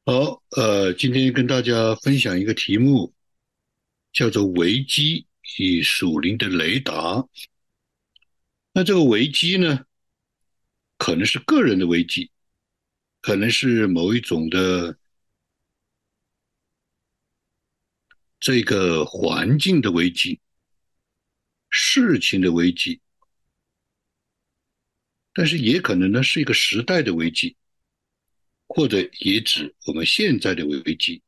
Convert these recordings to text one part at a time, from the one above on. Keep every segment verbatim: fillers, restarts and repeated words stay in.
好，呃，今天跟大家分享一个题目，叫做危机与属灵的雷达。那这个危机呢，可能是个人的危机，可能是某一种的这个环境的危机、事情的危机，但是也可能呢是一个时代的危机，或者也指我们现在的危机。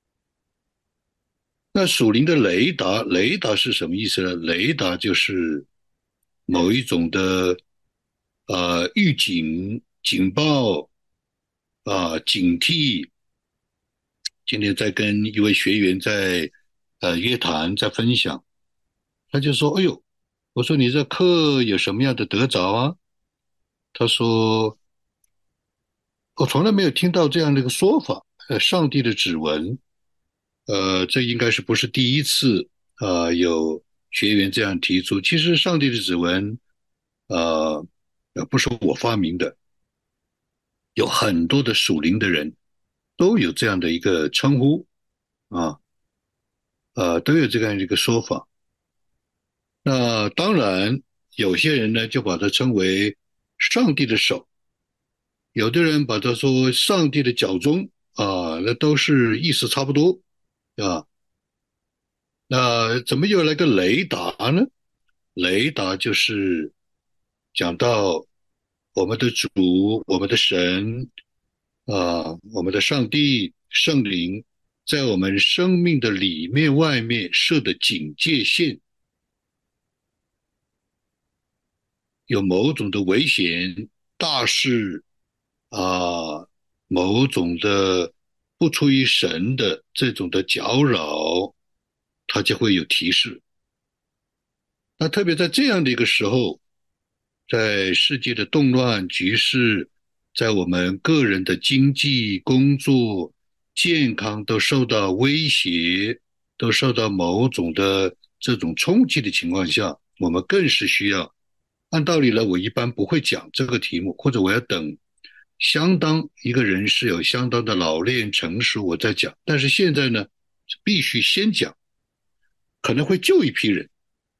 那属灵的雷达，雷达是什么意思呢？雷达就是某一种的呃预警、警报啊、警惕。今天在跟一位学员在呃约谈，在分享，他就说："哎呦，我说你这课有什么样的得着啊？"他说：“我从来没有听到这样的一个说法，呃，上帝的指纹。"呃，这应该是不是第一次呃有学员这样提出。其实上帝的指纹，呃，呃不是我发明的，有很多的属灵的人都有这样的一个称呼啊，呃，都有这样的一个说法。那当然，有些人呢就把它称为上帝的手，有的人把它说上帝的脚踪啊，那都是意思差不多啊。那怎么又来个雷达呢？雷达就是讲到我们的主、我们的神啊、我们的上帝、圣灵，在我们生命的里面、外面设的警戒线，有某种的危险、大事啊、某种的不出于神的这种的搅扰，它就会有提示。那特别在这样的一个时候，在世界的动乱局势，在我们个人的经济、工作、健康都受到威胁，都受到某种的这种冲击的情况下，我们更是需要。按道理呢，我一般不会讲这个题目，或者我要等相当一个人是有相当的老练成熟，我再讲。但是现在呢，必须先讲，可能会救一批人，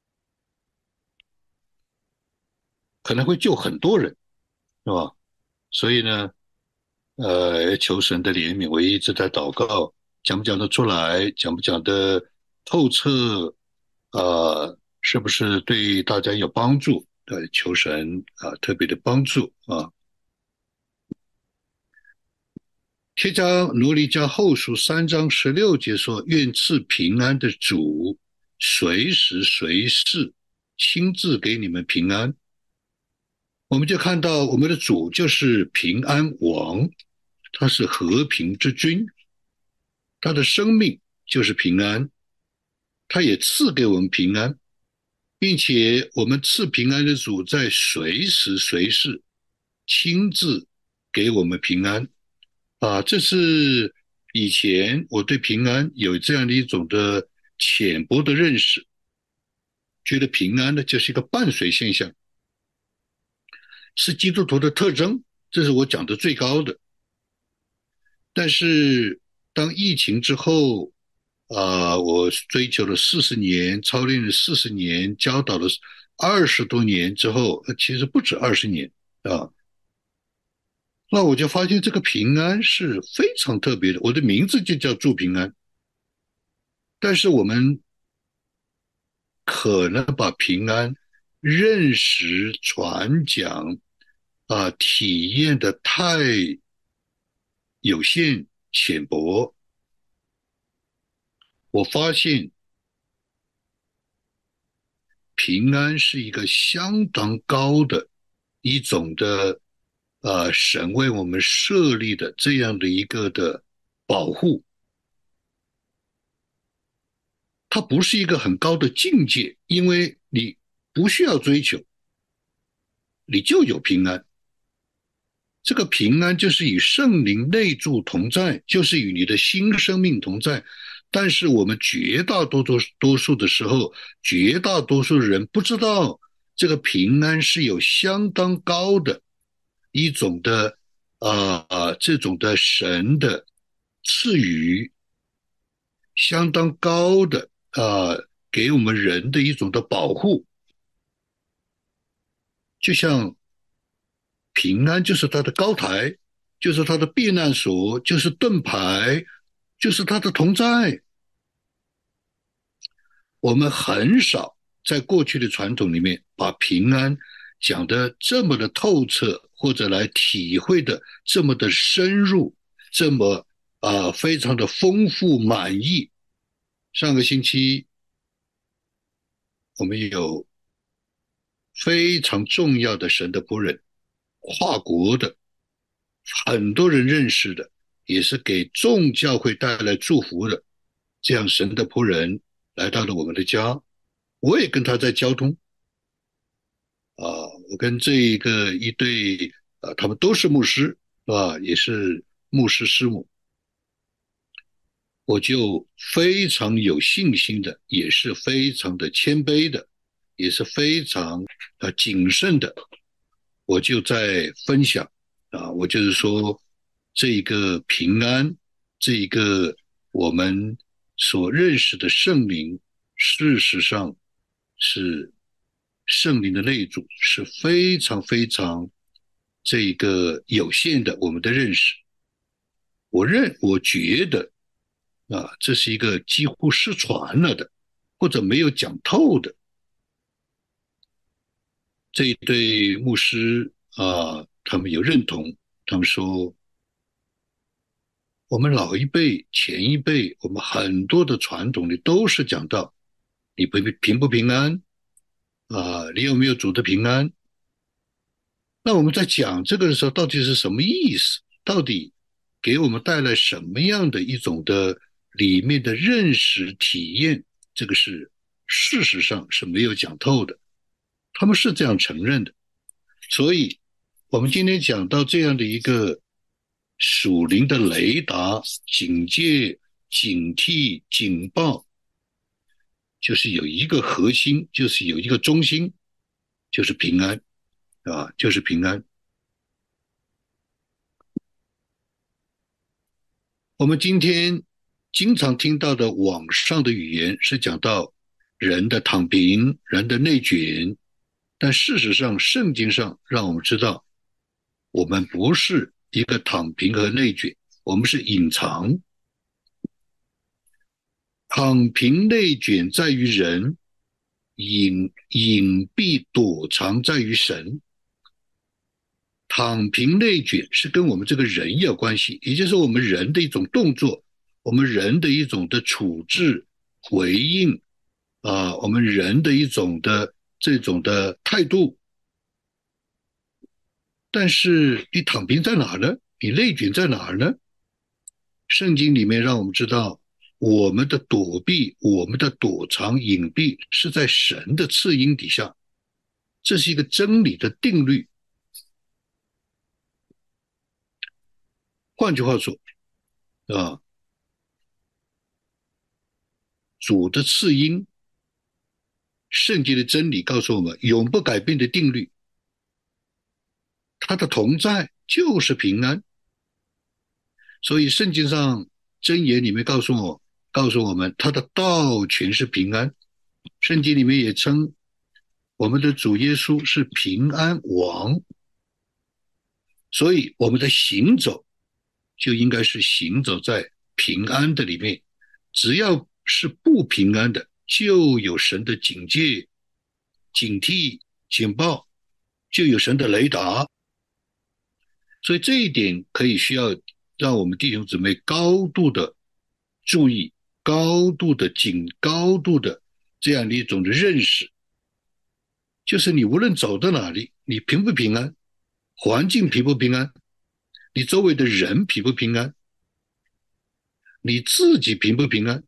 可能会救很多人，是吧？所以呢，呃，求神的怜悯，我一直在祷告，讲不讲得出来，讲不讲得透彻，呃，是不是对大家有帮助？呃，求神啊、特别的帮助啊。贴加罗尼加后书三章十六节说：“愿赐平安的主，随时随事亲自给你们平安。"我们就看到我们的主就是平安王，他是和平之君，他的生命就是平安，他也赐给我们平安，并且我们赐平安的主在随时随事亲自给我们平安啊！这是以前我对平安有这样的一种的浅薄的认识，觉得平安呢就是一个伴随现象，是基督徒的特征，这是我讲的最高的。但是当疫情之后，啊、呃我追求了四十年，操练了四十年，教导了二十多年之后，呃其实不止二十年啊，那我就发现这个平安是非常特别的。我的名字就叫祝平安，但是我们可能把平安认识、传讲啊、体验的太有限、浅薄。我发现平安是一个相当高的一种的呃神为我们设立的这样的一个的保护，它不是一个很高的境界，因为你不需要追求，你就有平安。这个平安就是与圣灵内住同在，就是与你的新生命同在。但是我们绝大多数多数的时候，绝大多数人不知道这个平安是有相当高的一种的啊、呃、这种的神的赐予相当高的啊、呃给我们人的一种的保护，就像平安就是他的高台，就是他的避难所，就是盾牌，就是他的同在。我们很少在过去的传统里面把平安讲得这么的透彻，或者来体会的这么的深入，这么啊、呃非常的丰富满意。上个星期我们有非常重要的神的仆人，跨国的，很多人认识的，也是给众教会带来祝福的，这样神的仆人来到了我们的家，我也跟他在交通啊，我跟这一个一对啊，他们都是牧师，是吧？也是牧师师母，我就非常有信心的，也是非常的谦卑的，也是非常啊谨慎的，我就在分享啊，我就是说这一个平安，这一个我们所认识的圣灵，事实上是圣灵的内住，是非常非常这一个有限的我们的认识。我认我觉得啊，这是一个几乎失传了的，或者没有讲透的。这一对牧师啊，他们有认同，他们说，我们老一辈、前一辈，我们很多的传统里都是讲到你平平不平安啊，你有没有主的平安？那我们在讲这个的时候，到底是什么意思？到底给我们带来什么样的一种的里面的认识体验？这个是事实上是没有讲透的，他们是这样承认的。所以，我们今天讲到这样的一个属灵的雷达、警戒、警惕、警报，就是有一个核心，就是有一个中心，就是平安啊，就是平安。我们今天经常听到的网上的语言是讲到人的躺平、人的内卷，但事实上，圣经上让我们知道，我们不是一个躺平和内卷，我们是隐藏。躺平内卷在于人，隐隐蔽躲藏在于神。躺平内卷是跟我们这个人有关系，也就是我们人的一种动作，我们人的一种的处置、回应啊，我们人的一种的这种的态度。但是你躺平在哪呢？你内卷在哪儿呢？圣经里面让我们知道，我们的躲避、我们的躲藏、隐蔽是在神的赐荫底下，这是一个真理的定律。换句话说，啊，主的赐荫，圣经的真理告诉我们，永不改变的定律，他的同在就是平安。所以圣经上箴言里面告诉我，告诉我们，他的道全是平安。圣经里面也称我们的主耶稣是平安王，所以我们的行走就应该是行走在平安的里面。只要是不平安的，就有神的警戒、警惕、警报，就有神的雷达。所以这一点可以需要让我们弟兄姊妹高度的注意，高度的警，高度的这样的一种的认识，就是你无论走到哪里，你平不平安，环境平不平安，你周围的人平不平安，你自己平不平安，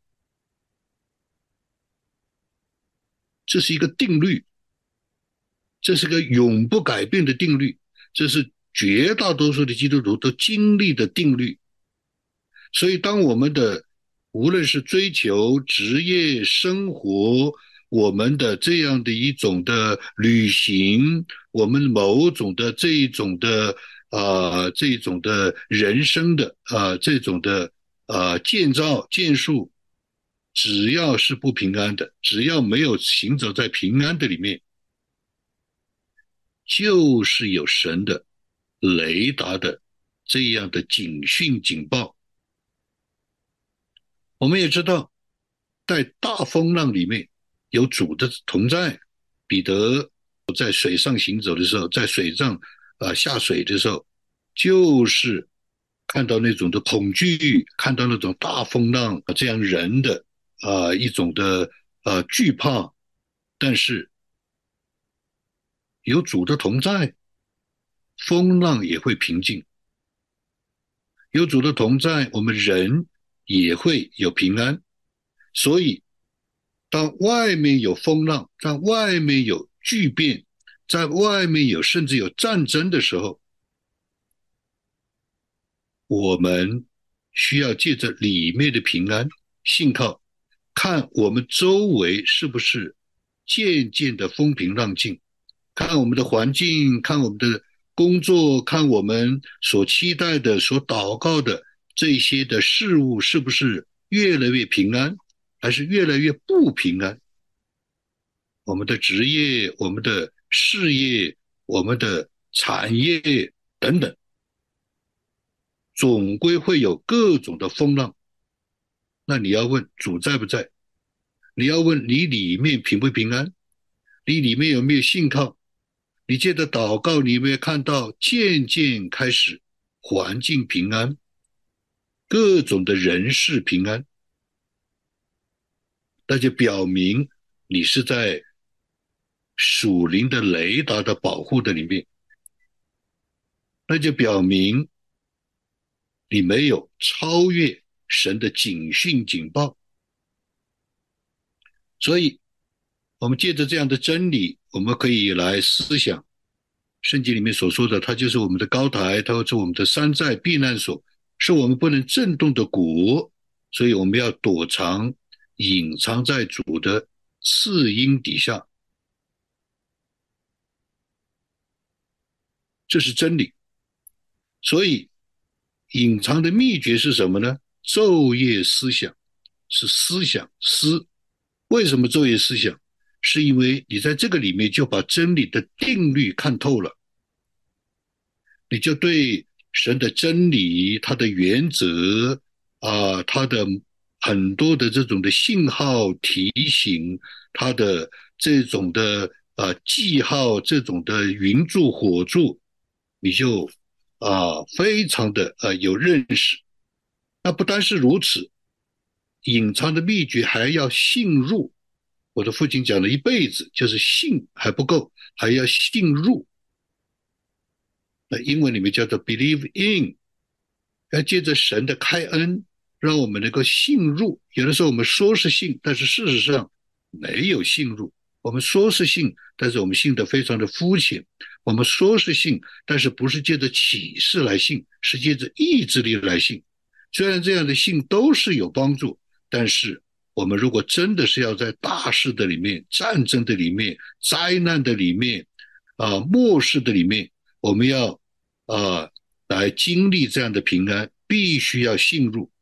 这是一个定律，这是个永不改变的定律，这是绝大多数的基督徒都经历的定律。所以当我们的无论是追求职业生活，我们的这样的一种的旅行，我们某种的这一种的啊、呃、这种的人生的啊、呃、这种的呃建造建树，只要是不平安的，只要没有行走在平安的里面，就是有神的雷达的这样的警讯警报。我们也知道，在大风浪里面有主的同在。彼得在水上行走的时候，在水上呃下水的时候，就是看到那种的恐惧，看到那种大风浪，这样人的啊、呃、一种的呃惧怕，但是有主的同在，风浪也会平静；有主的同在，我们人也会有平安。所以，当外面有风浪，在外面有巨变，在外面有甚至有战争的时候，我们需要借着里面的平安信靠，看我们周围是不是渐渐的风平浪静，看我们的环境，看我们的工作，看我们所期待的、所祷告的这些的事物是不是越来越平安，还是越来越不平安。我们的职业、我们的事业、我们的产业等等，总归会有各种的风浪。那你要问主在不在？你要问你里面平不平安？你里面有没有信靠？你借着祷告，你有没有看到渐渐开始环境平安，各种的人事平安？那就表明你是在属灵的雷达的保护的里面，那就表明你没有超越神的警讯警报。所以我们借着这样的真理，我们可以来思想圣经里面所说的，它就是我们的高台，它是我们的山寨避难所，是我们不能震动的国。所以我们要躲藏隐藏在主的次荫底下，这是真理。所以隐藏的秘诀是什么呢？昼夜思想，是思想思。为什么昼夜思想？是因为你在这个里面就把真理的定律看透了，你就对神的真理、它的原则啊、呃，它的很多的这种的信号提醒，它的这种的呃记号，这种的云柱火柱，你就啊、呃、非常的呃有认识。那不单是如此，隐藏的秘诀还要信入。我的父亲讲了一辈子，就是信还不够，还要信入。那英文里面叫做 believe in， 要借着神的开恩，让我们能够信入。有的时候我们说是信，但是事实上没有信入。我们说是信，但是我们信得非常的肤浅。我们说是信，但是不是借着启示来信，是借着意志力来信。虽然这样的信都是有帮助，但是我们如果真的是要在大事的里面、战争的里面、灾难的里面、啊、呃、末世的里面，我们要啊、呃、来经历这样的平安，必须要信入。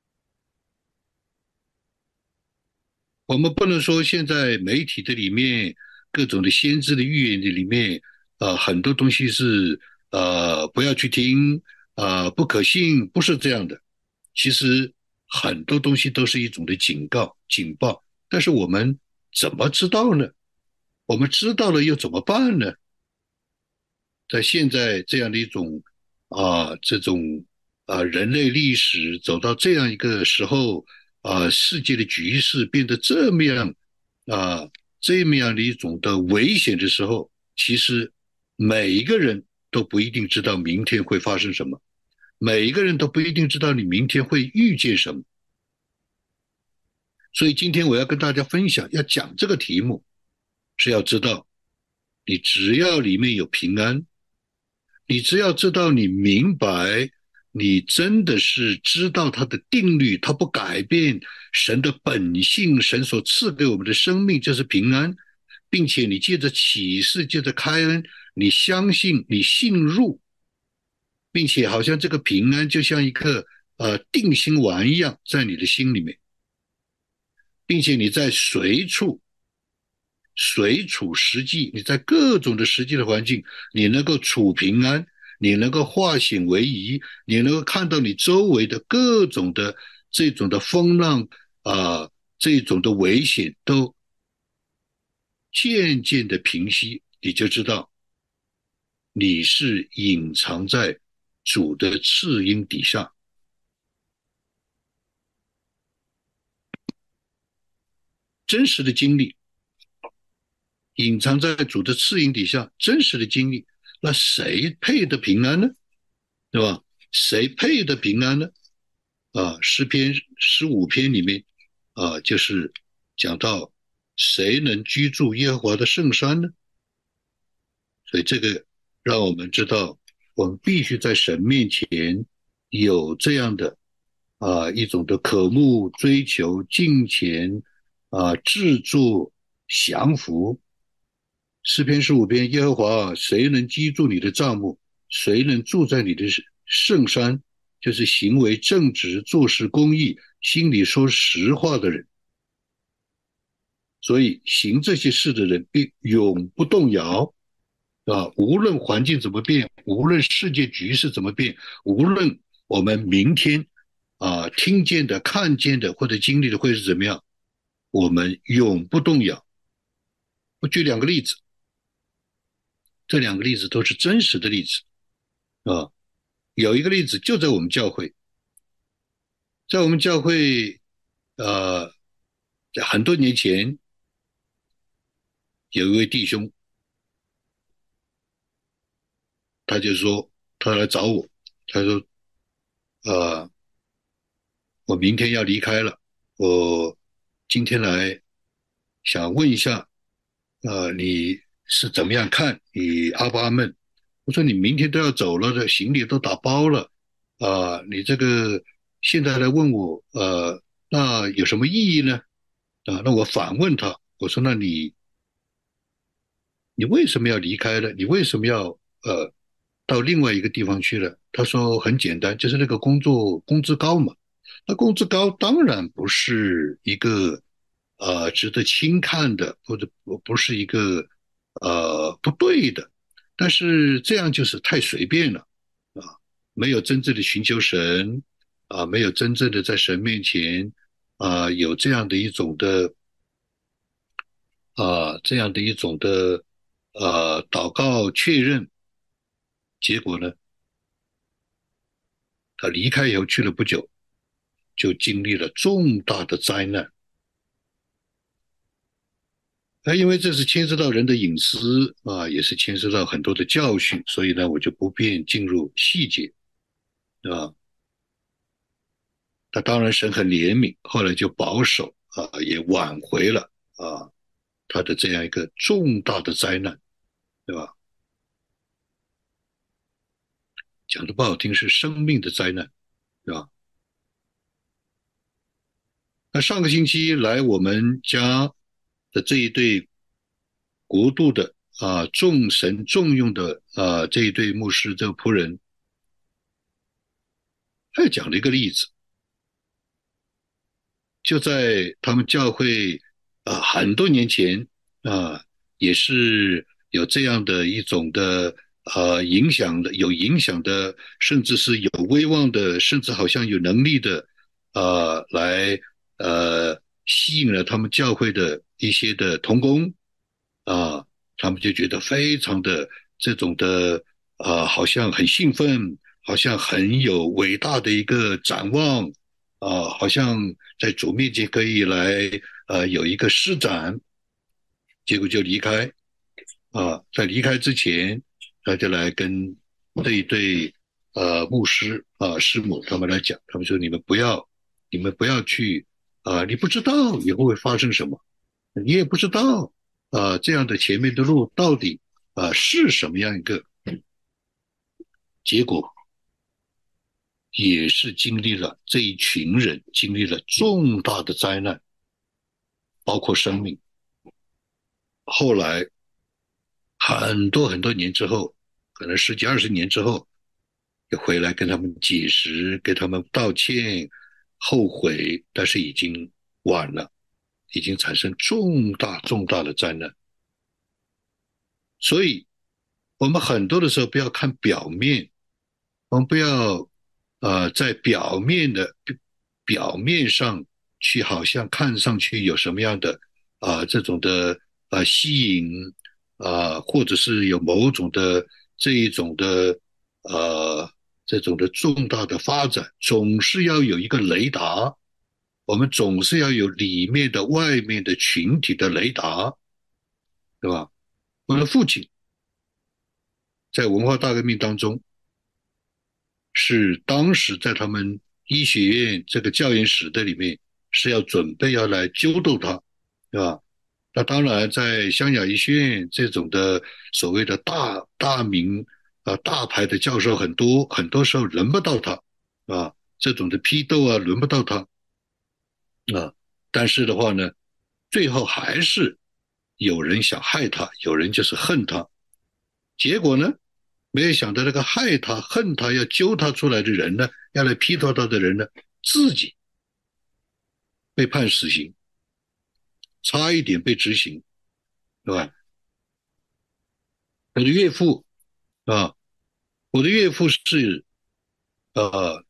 我们不能说现在媒体的里面各种的先知的预言的里面，呃，很多东西是呃不要去听，呃不可信，不是这样的。其实很多东西都是一种的警告、警报，但是我们怎么知道呢？我们知道了又怎么办呢？在现在这样的一种啊，这种啊人类历史走到这样一个时候啊，世界的局势变得这么样啊，这么样的一种的危险的时候，其实每一个人都不一定知道明天会发生什么，每一个人都不一定知道你明天会遇见什么。所以今天我要跟大家分享，要讲这个题目，是要知道，你只要里面有平安，你只要知道你明白，你真的是知道它的定律，它不改变神的本性，神所赐给我们的生命就是平安，并且你借着启示，借着开恩，你相信，你信入，并且好像这个平安就像一个呃定心丸一样在你的心里面，并且你在随处随处实际，你在各种的实际的环境，你能够处平安，你能够化险为夷，你能够看到你周围的各种的这种的风浪啊、呃这种的危险都渐渐的平息，你就知道你是隐藏在主的翅鹰底下。真实的经历，隐藏在主的翅鹰底下，真实的经历，那谁配得平安呢？对吧？谁配得平安呢？啊，诗篇十五篇里面啊，就是讲到谁能居住耶和华的圣山呢？所以这个让我们知道，我们必须在神面前有这样的啊一种的渴慕、追求、敬虔啊、制作、降服。诗篇十五篇，耶和华啊，谁能居住你的帐幕？谁能住在你的圣山？就是行为正直、做事公义、心里说实话的人。所以行这些事的人必永不动摇啊！无论环境怎么变，无论世界局势怎么变，无论我们明天啊听见的、看见的或者经历的会是怎么样，我们永不动摇。我举两个例子，这两个例子都是真实的例子啊。有一个例子就在我们教会，在我们教会，呃，在很多年前，有一位弟兄，他就说他来找我，他说，呃，我明天要离开了，我今天来想问一下，呃，你是怎么样看？你阿不阿闷？我说你明天都要走了的，行李都打包了，啊、呃你这个现在来问我，呃，那有什么意义呢？啊，那我反问他，我说那你你为什么要离开呢？你为什么要呃到另外一个地方去了？他说很简单，就是那个工作工资高嘛。那工资高当然不是一个呃值得轻看的，或者不不是一个呃不对的，但是这样就是太随便了啊，没有真正的寻求神啊，没有真正的在神面前啊有这样的一种的啊这样的一种的呃祷告确认，结果呢，他离开以后去了不久，就经历了重大的灾难。那因为这是牵涉到人的隐私啊，也是牵涉到很多的教训，所以呢，我就不便进入细节啊。他当然神很怜悯，后来就保守啊，也挽回了啊他的这样一个重大的灾难，对吧？讲的不好听是生命的灾难，对吧？那上个星期来我们家的这一对国度的啊众神重用的啊这一对牧师这个仆人，他也讲了一个例子，就在他们教会啊很多年前啊，也是有这样的一种的呃影响的，有影响的，甚至是有威望的，甚至好像有能力的，呃，来呃吸引了他们教会的一些的同工啊，他们就觉得非常的这种的呃，好像很兴奋，好像很有伟大的一个展望。啊，好像在主面前可以来呃有一个施展，结果就离开啊，在离开之前，他就来跟这一对呃牧师啊师母他们来讲，他们说你们不要，你们不要去啊，你不知道以后会发生什么，你也不知道啊这样的前面的路到底啊是什么样一个结果。也是经历了这一群人经历了重大的灾难，包括生命。后来很多很多年之后，可能十几二十年之后， 回来跟他们解释，给他们道歉、后悔，但是已经晚了，已经产生重大重大的灾难。所以，我们很多的时候不要看表面，我们不要呃在表面的表面上去，好像看上去有什么样的啊、呃这种的啊、呃吸引啊、呃或者是有某种的这一种的呃这种的重大的发展，总是要有一个雷达，我们总是要有里面的、外面的群体的雷达，对吧？我的父亲在文化大革命当中，是当时在他们医学院这个教研室的里面是要准备要来揪斗他，对吧？那当然，在湘雅医学院这种的所谓的大大名啊、大牌的教授很多，很多时候轮不到他啊，这种的批斗啊轮不到他啊。但是的话呢，最后还是有人想害他，有人就是恨他。结果呢，没有想到那个害他、恨他、要揪他出来的人呢，要来批斗他的人呢，自己被判死刑，差一点被执行，对吧？我的岳父啊，我的岳父是呃，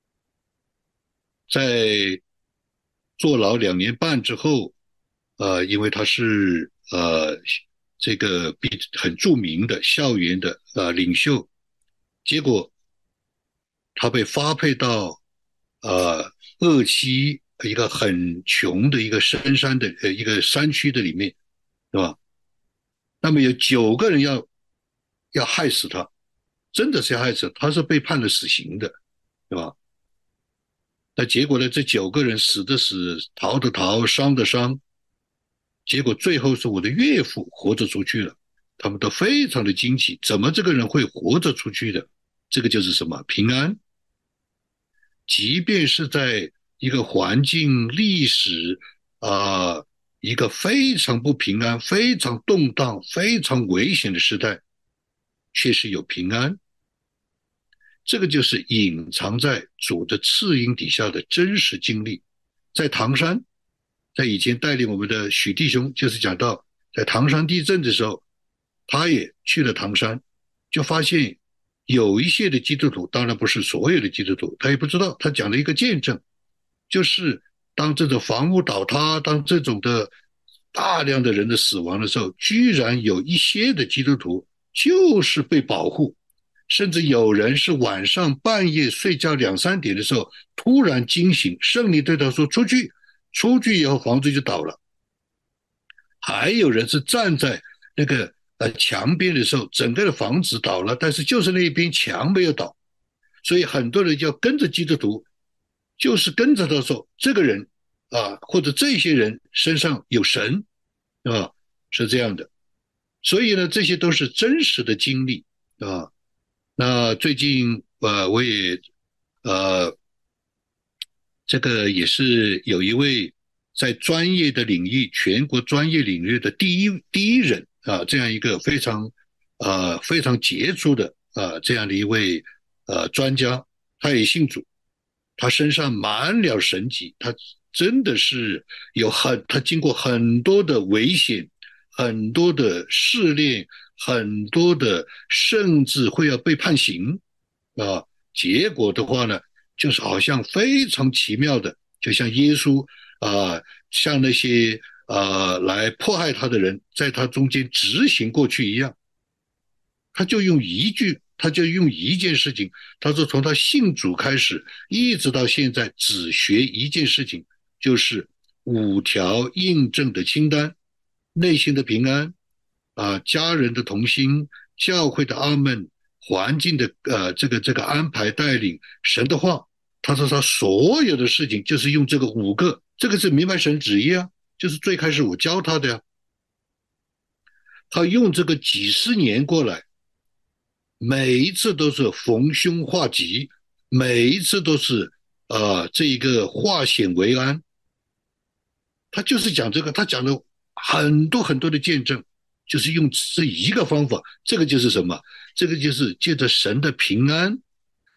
在坐牢两年半之后，呃，因为他是呃这个比很著名的校园的呃领袖，结果他被发配到呃鄂西一个很穷的一个深山的呃一个山区的里面，对吧？那么有九个人要要害死他，真的是要害死他，他是被判了死刑的，对吧？那结果呢？这九个人死的死，逃的逃，伤的伤，结果最后是我的岳父活着出去了。他们都非常的惊奇，怎么这个人会活着出去的？这个就是什么平安？即便是在一个环境、历史啊、呃一个非常不平安、非常动荡、非常危险的时代，却是有平安。这个就是隐藏在主的赐荫底下的真实经历。在唐山，在以前带领我们的许弟兄，就是讲到在唐山地震的时候，他也去了唐山，就发现有一些的基督徒，当然不是所有的基督徒，他也不知道，他讲了一个见证，就是当这种房屋倒塌，当这种的大量的人的死亡的时候，居然有一些的基督徒就是被保护，甚至有人是晚上半夜睡觉两三点的时候突然惊醒，圣灵对他说出去，出去以后房子就倒了。还有人是站在那个呃墙边的时候，整个的房子倒了，但是就是那一边墙没有倒，所以很多人就要跟着基督徒，就是跟着他说这个人啊，或者这些人身上有神啊，是这样的。所以呢，这些都是真实的经历啊。那最近呃，我也呃，这个也是有一位在专业的领域，全国专业领域的第一第一人啊，这样一个非常呃非常杰出的啊这样的一位呃专家，他也信主，他身上满了神迹，他真的是有很他经过很多的危险，很多的试炼，很多的甚至会要被判刑啊。结果的话呢，就是好像非常奇妙的，就像耶稣啊、呃，像那些啊、呃、来迫害他的人，在他中间执行过去一样。他就用一句，他就用一件事情，他说从他信主开始，一直到现在，只学一件事情，就是五条印证的清单：内心的平安啊、呃家人的同心，教会的阿门，环境的呃这个这个安排带领，神的话。他说他所有的事情就是用这个五个，这个是明白神旨意啊，就是最开始我教他的呀、啊。他用这个几十年过来，每一次都是逢凶化吉，每一次都是呃这一个化险为安。他就是讲这个，他讲了很多很多的见证，就是用这一个方法。这个就是什么？这个就是借着神的平安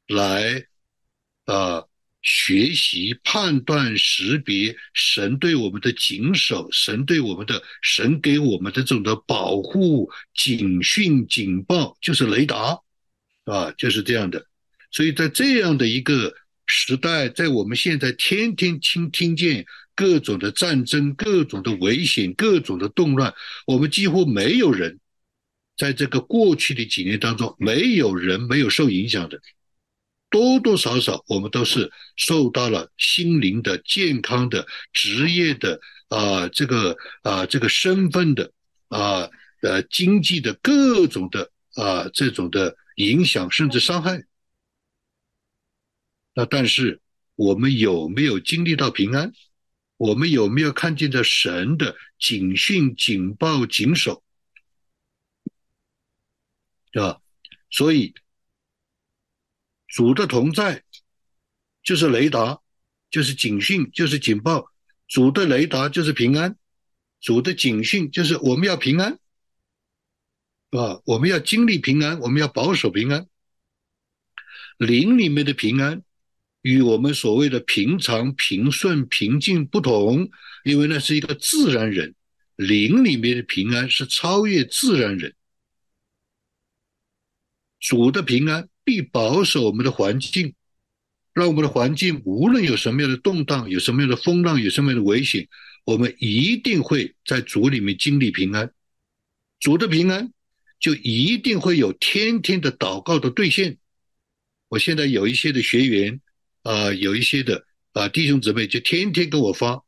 来啊、学习、判断、识别神对我们的警守，神对我们的神给我们的这种的保护、警讯、警报，就是雷达啊，就是这样的。所以在这样的一个时代，在我们现在天天听听见各种的战争、各种的危险、各种的动乱，我们几乎没有人在这个过去的几年当中，没有人没有受影响的。多多少少我们都是受到了心灵的、健康的、职业的啊、呃这个啊、呃这个身份的啊呃经济的各种的啊、呃这种的影响甚至伤害。那但是我们有没有经历到平安？我们有没有看见到神的警讯、警报、警守？对吧？所以主的同在就是雷达，就是警讯，就是警报。主的雷达就是平安，主的警讯就是我们要平安啊，我们要经历平安，我们要保守平安。灵里面的平安与我们所谓的平常、平顺、平静不同，因为那是一个自然人。灵里面的平安是超越自然人。主的平安必保守我们的环境，让我们的环境无论有什么样的动荡，有什么样的风浪，有什么样的危险，我们一定会在主里面经历平安。主的平安就一定会有天天的祷告的兑现。我现在有一些的学员啊、呃有一些的啊、呃弟兄姊妹就天天跟我发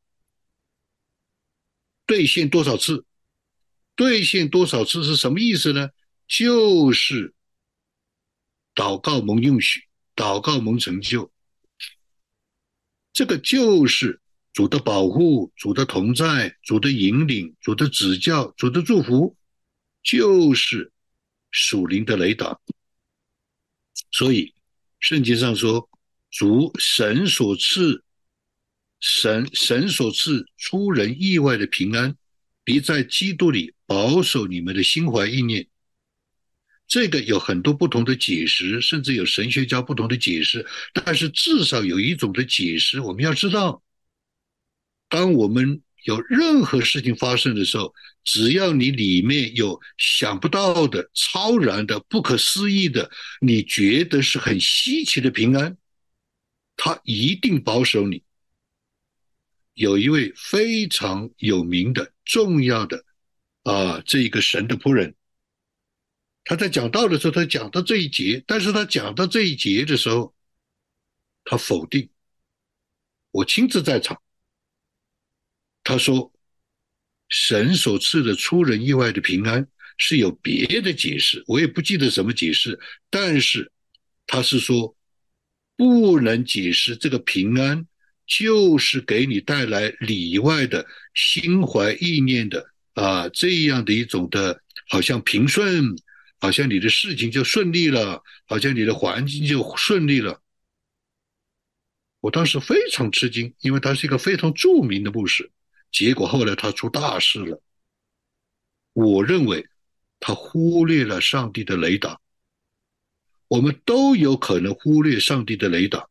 兑现多少次，兑现多少次是什么意思呢？就是祷告蒙应许，祷告蒙成就，这个就是主的保护、主的同在、主的引领、主的指教、主的祝福，就是属灵的雷达。所以圣经上说，主神所赐神神所赐出人意外的平安，必在基督里保守你们的心怀意念。这个有很多不同的解释，甚至有神学家不同的解释，但是至少有一种的解释，我们要知道，当我们有任何事情发生的时候，只要你里面有想不到的、超然的、不可思议的，你觉得是很稀奇的平安，他一定保守你。有一位非常有名的、重要的啊，这一个神的仆人，他在讲道的时候，他讲到这一节，但是他讲到这一节的时候，他否定，我亲自在场，他说神所赐的出人意外的平安是有别的解释，我也不记得什么解释，但是他是说不能解释这个平安就是给你带来里外的心怀意念的啊这样的一种的，好像平顺，好像你的事情就顺利了，好像你的环境就顺利了。我当时非常吃惊，因为他是一个非常著名的牧师，结果后来他出大事了。我认为他忽略了上帝的雷达，我们都有可能忽略上帝的雷达。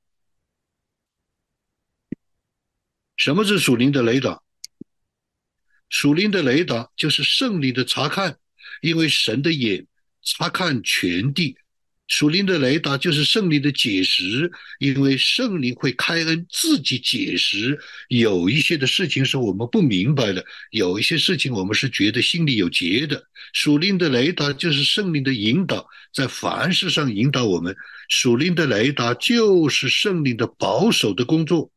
什么是属灵的雷达？属灵的雷达就是圣灵的察看，因为神的眼察看全地。属灵的雷达就是圣灵的解释，因为圣灵会开恩自己解释，有一些的事情是我们不明白的，有一些事情我们是觉得心里有结的。属灵的雷达就是圣灵的引导，在凡事上引导我们。属灵的雷达就是圣灵的保守的工作。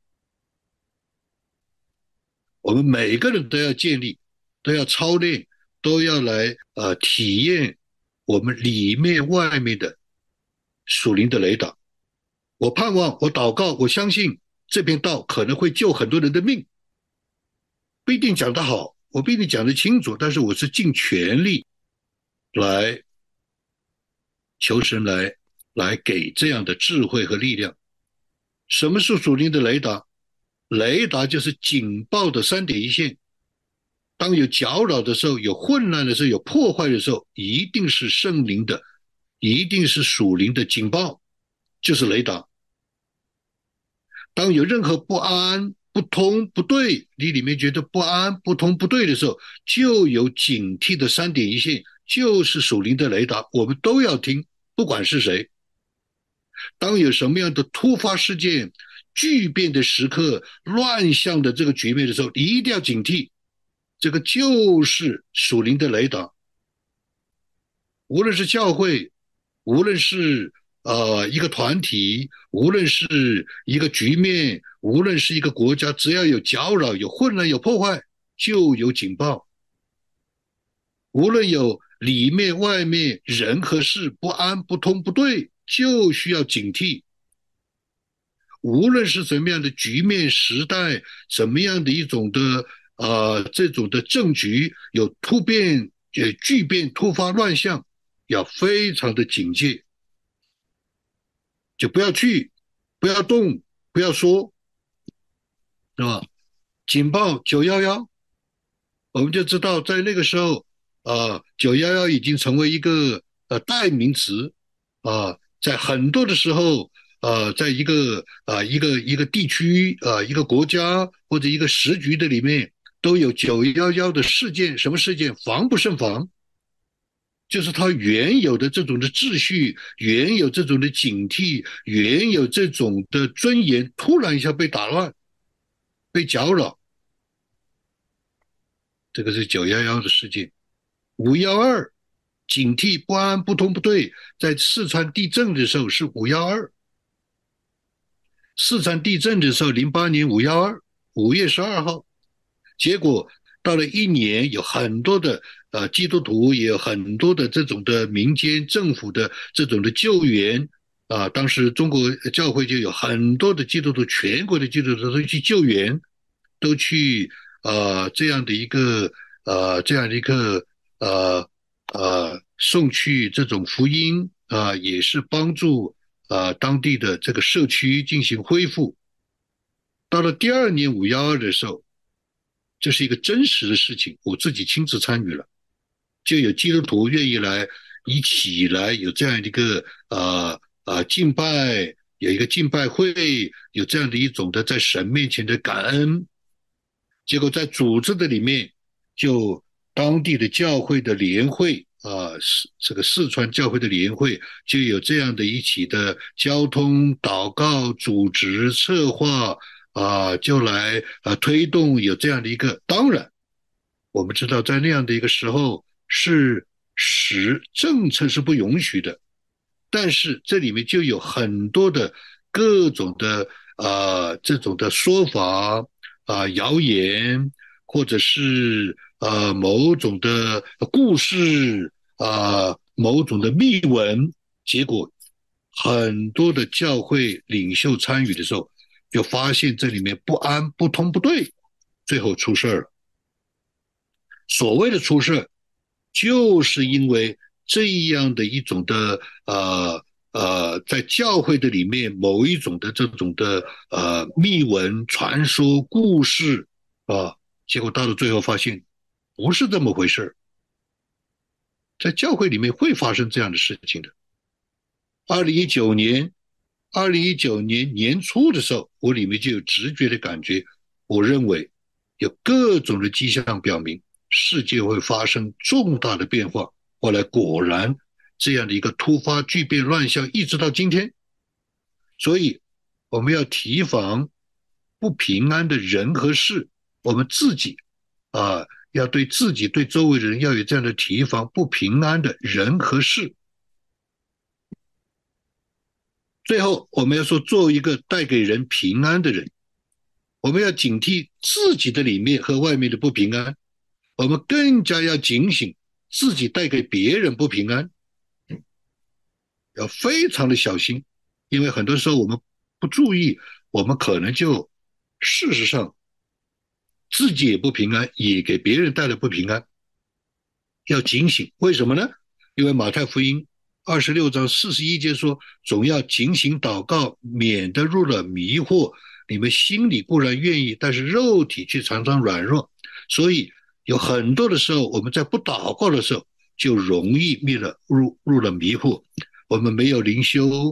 我们每个人都要建立，都要操练，都要来呃体验我们里面外面的属灵的雷达。我盼望，我祷告，我相信这篇道可能会救很多人的命，不一定讲得好，我不一定讲得清楚，但是我是尽全力来求神来来给这样的智慧和力量。什么是属灵的雷达？雷达就是警报的三点一线。当有搅扰的时候，有混乱的时候，有破坏的时候，一定是圣灵的，一定是属灵的警报。 就是雷达。当有任何不安、不通、不对，你里面觉得不安、不通、不对的时候，就有警惕的三点一线，就是属灵的雷达，我们都要听，不管是谁。当有什么样的突发事件、巨变的时刻、乱象的这个局面的时候，你一定要警惕，这个就是属灵的雷达。无论是教会，无论是呃一个团体，无论是一个局面，无论是一个国家，只要有搅扰、有混乱、有破坏，就有警报。无论有里面、外面人和事不安、不通、不对，就需要警惕。无论是什么样的局面、时代，什么样的一种的呃这种的政局有突变、呃巨变、突发乱象，要非常的警戒，就不要去，不要动，不要说，是吧？警报九一一，我们就知道在那个时候，啊，九一一已经成为一个呃代名词，啊，在很多的时候，呃，在一个啊、呃、一个一个地区啊、呃、一个国家或者一个时局的里面，都有九一一的事件，什么事件？防不胜防，就是它原有的这种的秩序，原有这种的警惕，原有这种的尊严，突然一下被打乱，被搅扰，这个是九一一的事件。五一二，警惕不安、不通不对，在四川地震的时候是五一二，四川地震的时候，零八年五一二，五月十二号，结果到了一年，有很多的呃基督徒，也有很多的这种的民间政府的这种的救援啊、当时中国教会就有很多的基督徒，全国的基督徒都去救援，都去呃这样的一个呃这样的一个呃呃送去这种福音啊、也是帮助啊、当地的这个社区进行恢复。到了第二年五幺二的时候，这是一个真实的事情，我自己亲自参与了，就有基督徒愿意来一起来有这样的一个呃呃敬拜，有一个敬拜会，有这样的一种的在神面前的感恩。结果在组织的里面，就当地的教会的联会啊，四这个四川教会的联会就有这样的一起的交通、祷告、组织、策划啊，就来啊推动有这样的一个。当然，我们知道在那样的一个时候是使政策是不允许的，但是这里面就有很多的各种的呃这种的说法啊、呃谣言，或者是呃某种的故事啊、呃某种的秘闻，结果很多的教会领袖参与的时候，就发现这里面不安、不通、不对，最后出事了。所谓的出事，就是因为这样的一种的呃呃，在教会的里面某一种的这种的呃秘闻、传说、故事啊，结果到了最后发现不是这么回事，在教会里面会发生这样的事情的。二零一九年，二零一九年年初的时候，我里面就有直觉的感觉，我认为有各种的迹象表明世界会发生重大的变化。后来果然这样的一个突发巨变乱象一直到今天，所以我们要提防不平安的人和事，我们自己啊、呃要对自己对周围的人要有这样的提防不平安的人和事。最后我们要说，做一个带给人平安的人，我们要警惕自己的里面和外面的不平安，我们更加要警醒自己带给别人不平安，要非常的小心，因为很多时候我们不注意，我们可能就事实上自己也不平安，也给别人带来不平安，要警醒。为什么呢？因为马太福音二十六章四十一节说，总要警醒祷告，免得入了迷惑。你们心里固然愿意，但是肉体却常常软弱。所以有很多的时候，我们在不祷告的时候，就容易灭了入入了迷惑。我们没有灵修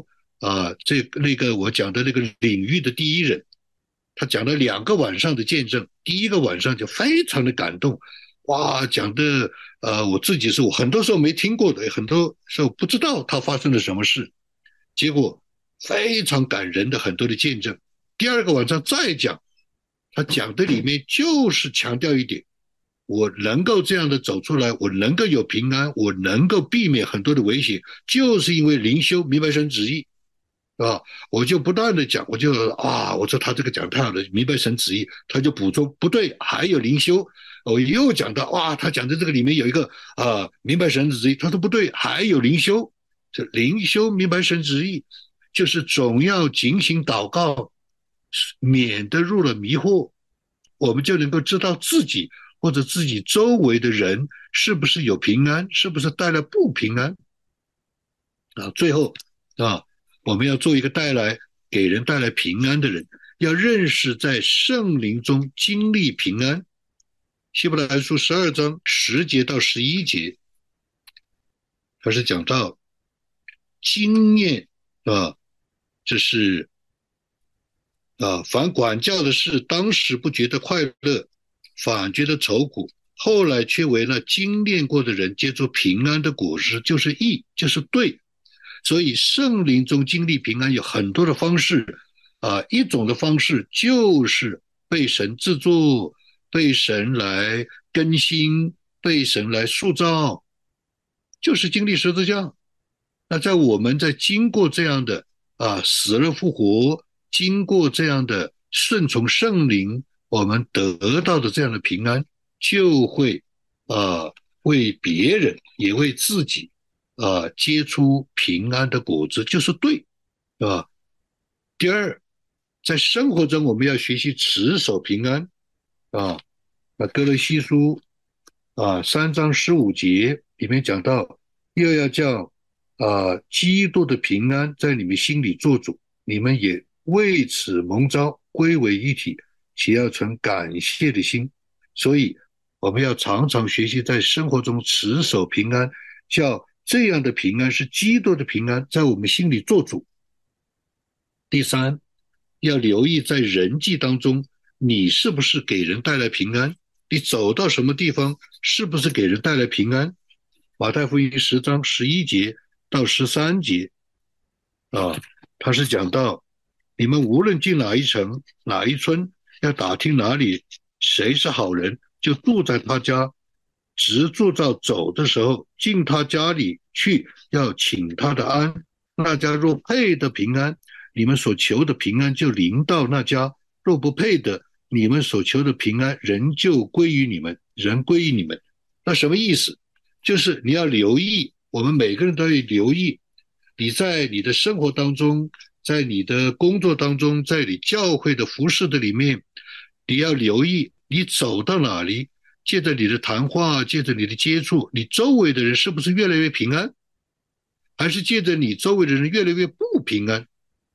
啊，这那个我讲的那个领域的第一人，他讲了两个晚上的见证，第一个晚上就非常的感动，哇，讲的呃我自己是我很多时候没听过的，很多时候不知道他发生了什么事，结果非常感人的很多的见证。第二个晚上再讲，他讲的里面就是强调一点，我能够这样的走出来，我能够有平安，我能够避免很多的危险，就是因为灵修明白神旨意，啊，我就不断的讲，我就啊，我说他这个讲太好了，明白神旨意，他就补充不对，还有灵修，我又讲到哇，他讲的这个里面有一个啊，明白神旨意，他说不对，还有灵修，这灵修明白神旨意，就是总要警醒祷告，免得入了迷惑，我们就能够知道自己或者自己周围的人是不是有平安，是不是带来不平安啊？最后啊，我们要做一个带来给人带来平安的人，要认识在圣灵中经历平安。希伯来书十二章十节到十一节，他是讲到经验啊，这是啊，凡管教的事，当时不觉得快乐，反觉得愁苦，后来却为那经验过的人结出平安的果实，就是义，就是对。所以圣灵中经历平安有很多的方式啊，一种的方式就是被神制作，被神来更新，被神来塑造，就是经历十字架。那在我们在经过这样的啊死了复活，经过这样的顺从圣灵，我们得到的这样的平安，就会啊为别人也为自己啊结出平安的果子，就是对，是吧？第二，在生活中我们要学习持守平安啊。那哥罗西书啊三章十五节里面讲到，又要叫啊基督的平安在你们心里做主，你们也为此蒙召归为一体，且要存感谢的心。所以我们要常常学习在生活中持守平安，叫这样的平安是基督的平安在我们心里做主。第三，要留意在人际当中，你是不是给人带来平安？你走到什么地方，是不是给人带来平安？马太福音十章十一节到十三节啊，他是讲到，你们无论进哪一城、哪一村，要打听哪里谁是好人，就住在他家，直住到走的时候，进他家里去，要请他的安。那家若配得平安，你们所求的平安就临到那家；若不配的，你们所求的平安仍旧归于你们，仍归于你们。那什么意思？就是你要留意，我们每个人都要留意，你在你的生活当中，在你的工作当中，在你教会的服饰的里面，你要留意，你走到哪里，借着你的谈话，借着你的接触，你周围的人是不是越来越平安，还是借着你周围的人越来越不平安？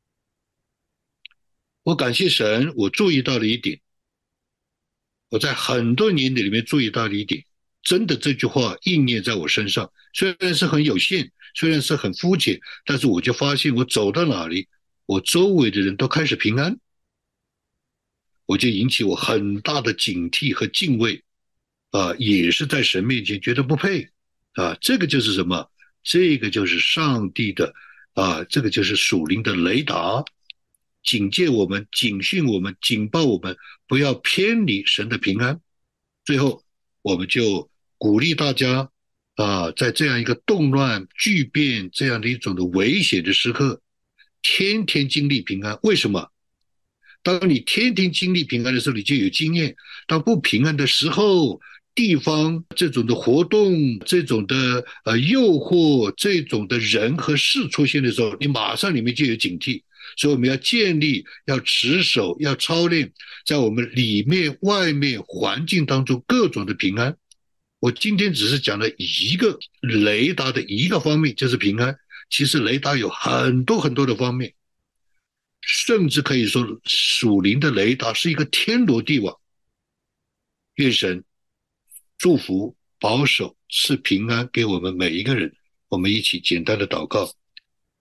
我感谢神，我注意到了一点，我在很多年里面注意到了一点，真的这句话应验在我身上，虽然是很有限，虽然是很肤浅，但是我就发现我走到哪里，我周围的人都开始平安，我就引起我很大的警惕和敬畏啊，也是在神面前觉得不配啊，这个就是什么？这个就是上帝的啊，这个就是属灵的雷达，警戒我们，警训我们，警报我们，不要偏离神的平安。最后，我们就鼓励大家啊，在这样一个动乱、巨变这样的一种的危险的时刻，天天经历平安。为什么？当你天天经历平安的时候，你就有经验；当不平安的时候，地方这种的活动、这种的呃诱惑、这种的人和事出现的时候，你马上里面就有警惕。所以我们要建立、要持守、要操练，在我们里面、外面环境当中各种的平安。我今天只是讲了一个雷达的一个方面，就是平安。其实雷达有很多很多的方面，甚至可以说属灵的雷达是一个天罗地网。愿神祝福、保守、赐平安给我们每一个人。我们一起简单的祷告。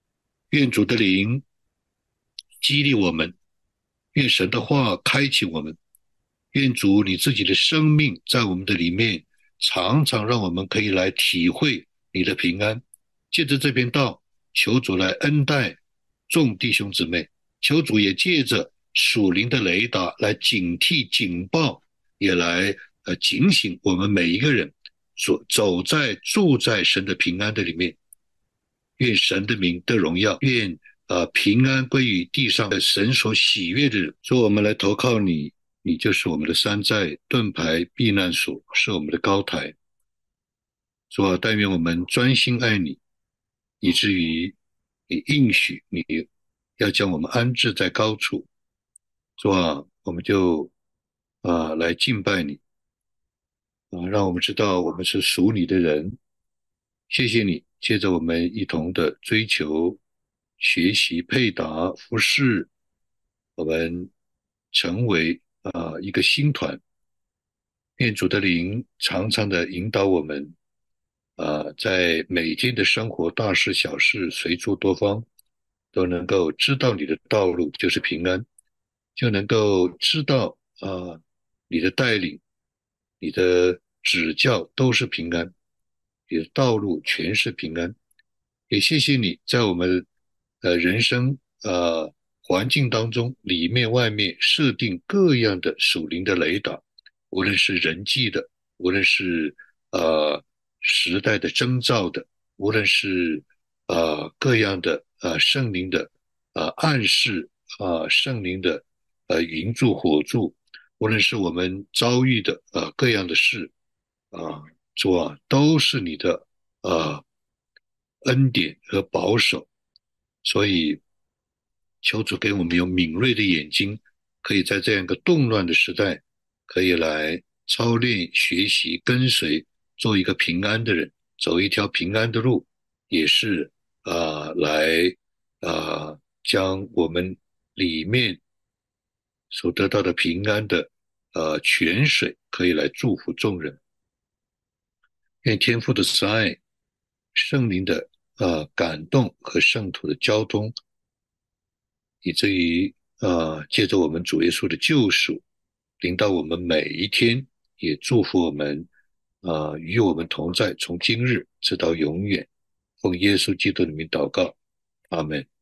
愿主的灵激励我们，愿神的话开启我们，愿主你自己的生命在我们的里面，常常让我们可以来体会你的平安。借着这篇道，求主来恩待众弟兄姊妹，求主也借着属灵的雷达来警惕警报，也来呃警醒我们每一个人所走在住在神的平安的里面。愿神的名得荣耀，愿呃平安归于地上的神所喜悦的人。说我们来投靠你，你就是我们的山寨、盾牌、避难所，是我们的高台。说但愿我们专心爱你，以至于你应许你要将我们安置在高处。说啊，我们就啊来敬拜你啊，让我们知道我们是属你的人。谢谢你，借着我们一同的追求、学习、配搭、服侍，我们成为啊、呃一个新团。愿主的灵常常的引导我们，啊、呃在每天的生活大事小事随处多方，都能够知道你的道路就是平安，就能够知道啊、呃你的带领、你的指教都是平安，你的道路全是平安。也谢谢你在我们呃人生呃环境当中，里面外面设定各样的属灵的雷达，无论是人际的，无论是呃时代的征兆的，无论是呃各样的呃圣灵的呃暗示啊、呃圣灵的呃云柱火柱，无论是我们遭遇的呃各样的事啊、主啊，都是你的呃恩典和保守，所以求主给我们有敏锐的眼睛，可以在这样一个动乱的时代，可以来操练、学习、跟随，做一个平安的人，走一条平安的路，也是啊、呃来啊、呃将我们里面所得到的平安的呃泉水，可以来祝福众人。愿天父的慈爱、圣灵的呃感动和圣徒的交通，以至于呃借着我们主耶稣的救赎，临到我们每一天，也祝福我们啊、呃与我们同在，从今日直到永远。奉耶稣基督的名祷告，阿门。